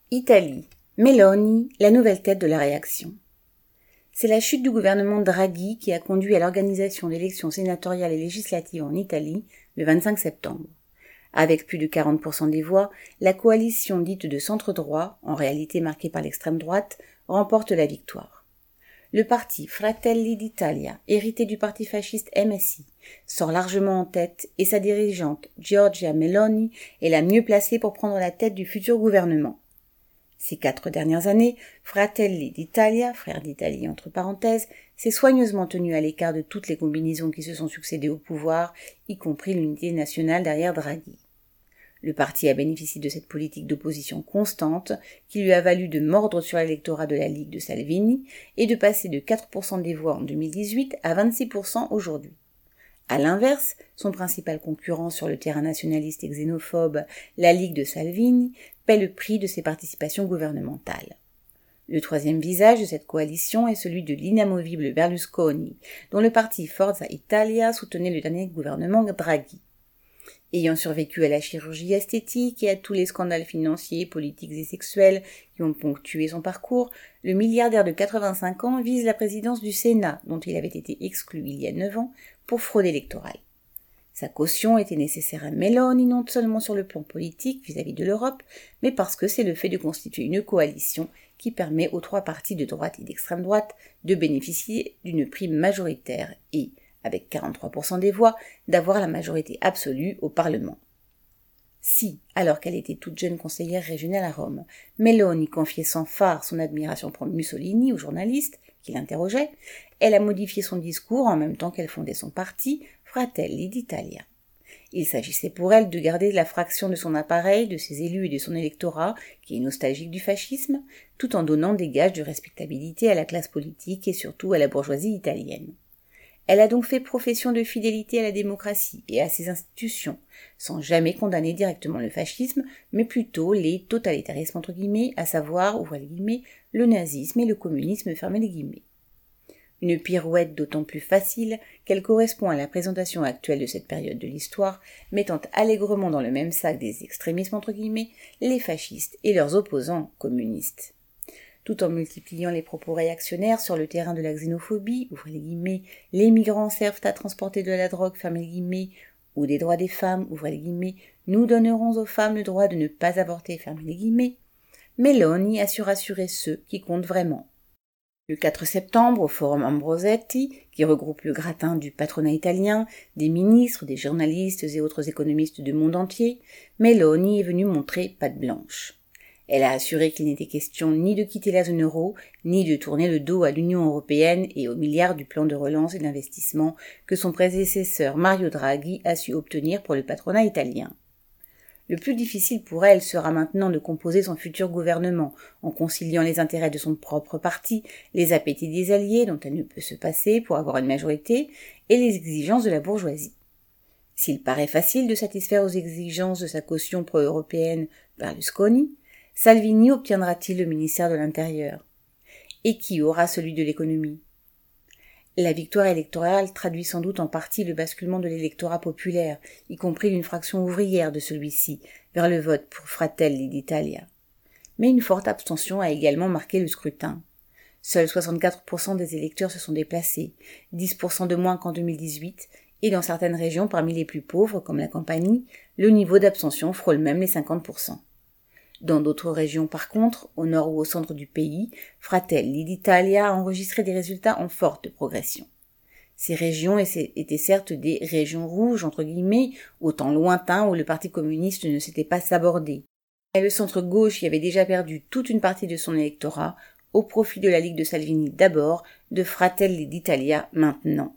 Italie. Meloni, la nouvelle tête de la réaction. C'est la chute du gouvernement Draghi qui a conduit à l'organisation d'élections sénatoriales et législatives en Italie le 25 septembre. Avec plus de 40% des voix, la coalition dite de centre-droit, en réalité marquée par l'extrême droite, remporte la victoire. Le parti Fratelli d'Italia, hérité du parti fasciste MSI, sort largement en tête et sa dirigeante Giorgia Meloni est la mieux placée pour prendre la tête du futur gouvernement. Ces 4 dernières années, Fratelli d'Italia, frère d'Italie entre parenthèses, s'est soigneusement tenu à l'écart de toutes les combinaisons qui se sont succédées au pouvoir, y compris l'unité nationale derrière Draghi. Le parti a bénéficié de cette politique d'opposition constante qui lui a valu de mordre sur l'électorat de la Ligue de Salvini et de passer de 4% des voix en 2018 à 26% aujourd'hui. À l'inverse, son principal concurrent sur le terrain nationaliste et xénophobe, la Ligue de Salvini, paie le prix de ses participations gouvernementales. Le troisième visage de cette coalition est celui de l'inamovible Berlusconi, dont le parti Forza Italia soutenait le dernier gouvernement Draghi. Ayant survécu à la chirurgie esthétique et à tous les scandales financiers, politiques et sexuels qui ont ponctué son parcours, le milliardaire de 85 ans vise la présidence du Sénat, dont il avait été exclu il y a 9 ans, pour fraude électorale. Sa caution était nécessaire à Meloni non seulement sur le plan politique vis-à-vis de l'Europe, mais parce que c'est le fait de constituer une coalition qui permet aux 3 partis de droite et d'extrême droite de bénéficier d'une prime majoritaire et, avec 43% des voix, d'avoir la majorité absolue au Parlement. Si, alors qu'elle était toute jeune conseillère régionale à Rome, Meloni confiait sans phare son admiration pour Mussolini aux journalistes qui l'interrogeaient, elle a modifié son discours en même temps qu'elle fondait son parti, Fratelli d'Italia. Il s'agissait pour elle de garder la fraction de son appareil, de ses élus et de son électorat, qui est nostalgique du fascisme, tout en donnant des gages de respectabilité à la classe politique et surtout à la bourgeoisie italienne. Elle a donc fait profession de fidélité à la démocratie et à ses institutions, sans jamais condamner directement le fascisme, mais plutôt les totalitarismes entre guillemets, à savoir, ouvrez les guillemets, le nazisme et le communisme, fermez les guillemets. Une pirouette d'autant plus facile qu'elle correspond à la présentation actuelle de cette période de l'histoire, mettant allègrement dans le même sac des extrémismes entre guillemets, les fascistes et leurs opposants communistes. Tout en multipliant les propos réactionnaires sur le terrain de la xénophobie, ouvrez les guillemets, les migrants servent à transporter de la drogue, fermez les guillemets, ou des droits des femmes, ouvrez les guillemets, nous donnerons aux femmes le droit de ne pas avorter, fermez les guillemets, Meloni a su rassurer ceux qui comptent vraiment. Le 4 septembre, au Forum Ambrosetti, qui regroupe le gratin du patronat italien, des ministres, des journalistes et autres économistes du monde entier, Meloni est venue montrer patte blanche. Elle a assuré qu'il n'était question ni de quitter la zone euro, ni de tourner le dos à l'Union européenne et aux milliards du plan de relance et d'investissement que son prédécesseur Mario Draghi a su obtenir pour le patronat italien. Le plus difficile pour elle sera maintenant de composer son futur gouvernement, en conciliant les intérêts de son propre parti, les appétits des alliés dont elle ne peut se passer pour avoir une majorité, et les exigences de la bourgeoisie. S'il paraît facile de satisfaire aux exigences de sa caution pro-européenne Berlusconi, Salvini obtiendra-t-il le ministère de l'Intérieur? Et qui aura celui de l'économie? La victoire électorale traduit sans doute en partie le basculement de l'électorat populaire, y compris d'une fraction ouvrière de celui-ci, vers le vote pour Fratelli d'Italia. Mais une forte abstention a également marqué le scrutin. Seuls 64% des électeurs se sont déplacés, 10% de moins qu'en 2018, et dans certaines régions parmi les plus pauvres, comme la Campanie, le niveau d'abstention frôle même les 50%. Dans d'autres régions, par contre, au nord ou au centre du pays, Fratelli d'Italia a enregistré des résultats en forte progression. Ces régions étaient certes des régions rouges, entre guillemets, au temps lointain où le Parti communiste ne s'était pas sabordé. Mais le centre-gauche y avait déjà perdu toute une partie de son électorat, au profit de la Ligue de Salvini d'abord, de Fratelli d'Italia maintenant.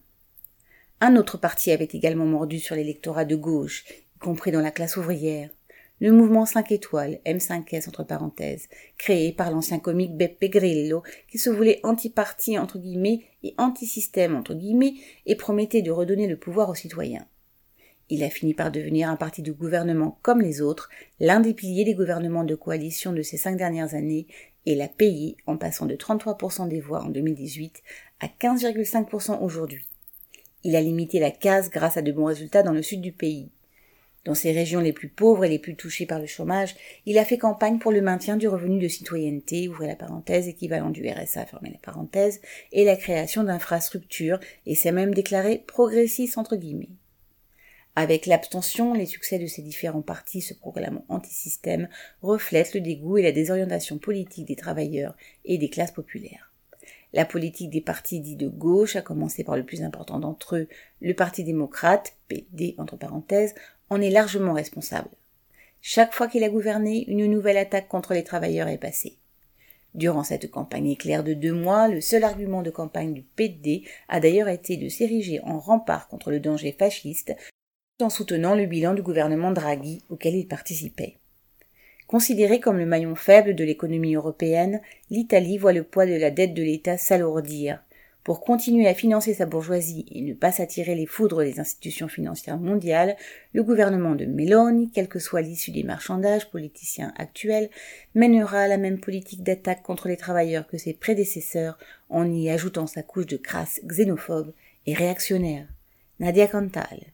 Un autre parti avait également mordu sur l'électorat de gauche, y compris dans la classe ouvrière. Le mouvement 5 étoiles, M5S entre parenthèses, créé par l'ancien comique Beppe Grillo, qui se voulait anti-parti entre guillemets et anti-système entre guillemets, et promettait de redonner le pouvoir aux citoyens. Il a fini par devenir un parti de gouvernement comme les autres, l'un des piliers des gouvernements de coalition de ces 5 dernières années, et l'a payé en passant de 33% des voix en 2018 à 15,5% aujourd'hui. Il a limité la casse grâce à de bons résultats dans le sud du pays. Dans ces régions les plus pauvres et les plus touchées par le chômage, il a fait campagne pour le maintien du revenu de citoyenneté, ouvrez la parenthèse, équivalent du RSA, fermez la parenthèse, et la création d'infrastructures, et s'est même déclaré progressiste entre guillemets. Avec l'abstention, les succès de ces différents partis se proclamant anti-système reflètent le dégoût et la désorientation politique des travailleurs et des classes populaires. La politique des partis dits de gauche, à commencer par le plus important d'entre eux, le Parti démocrate, PD entre parenthèses, en est largement responsable. Chaque fois qu'il a gouverné, une nouvelle attaque contre les travailleurs est passée. Durant cette campagne éclair de 2 mois, le seul argument de campagne du PD a d'ailleurs été de s'ériger en rempart contre le danger fasciste, en soutenant le bilan du gouvernement Draghi auquel il participait. Considérée comme le maillon faible de l'économie européenne, l'Italie voit le poids de la dette de l'État s'alourdir. Pour continuer à financer sa bourgeoisie et ne pas s'attirer les foudres des institutions financières mondiales, le gouvernement de Meloni, quelle que soit l'issue des marchandages politiciens actuels, mènera la même politique d'attaque contre les travailleurs que ses prédécesseurs en y ajoutant sa couche de crasse xénophobe et réactionnaire. Nadia Cantal.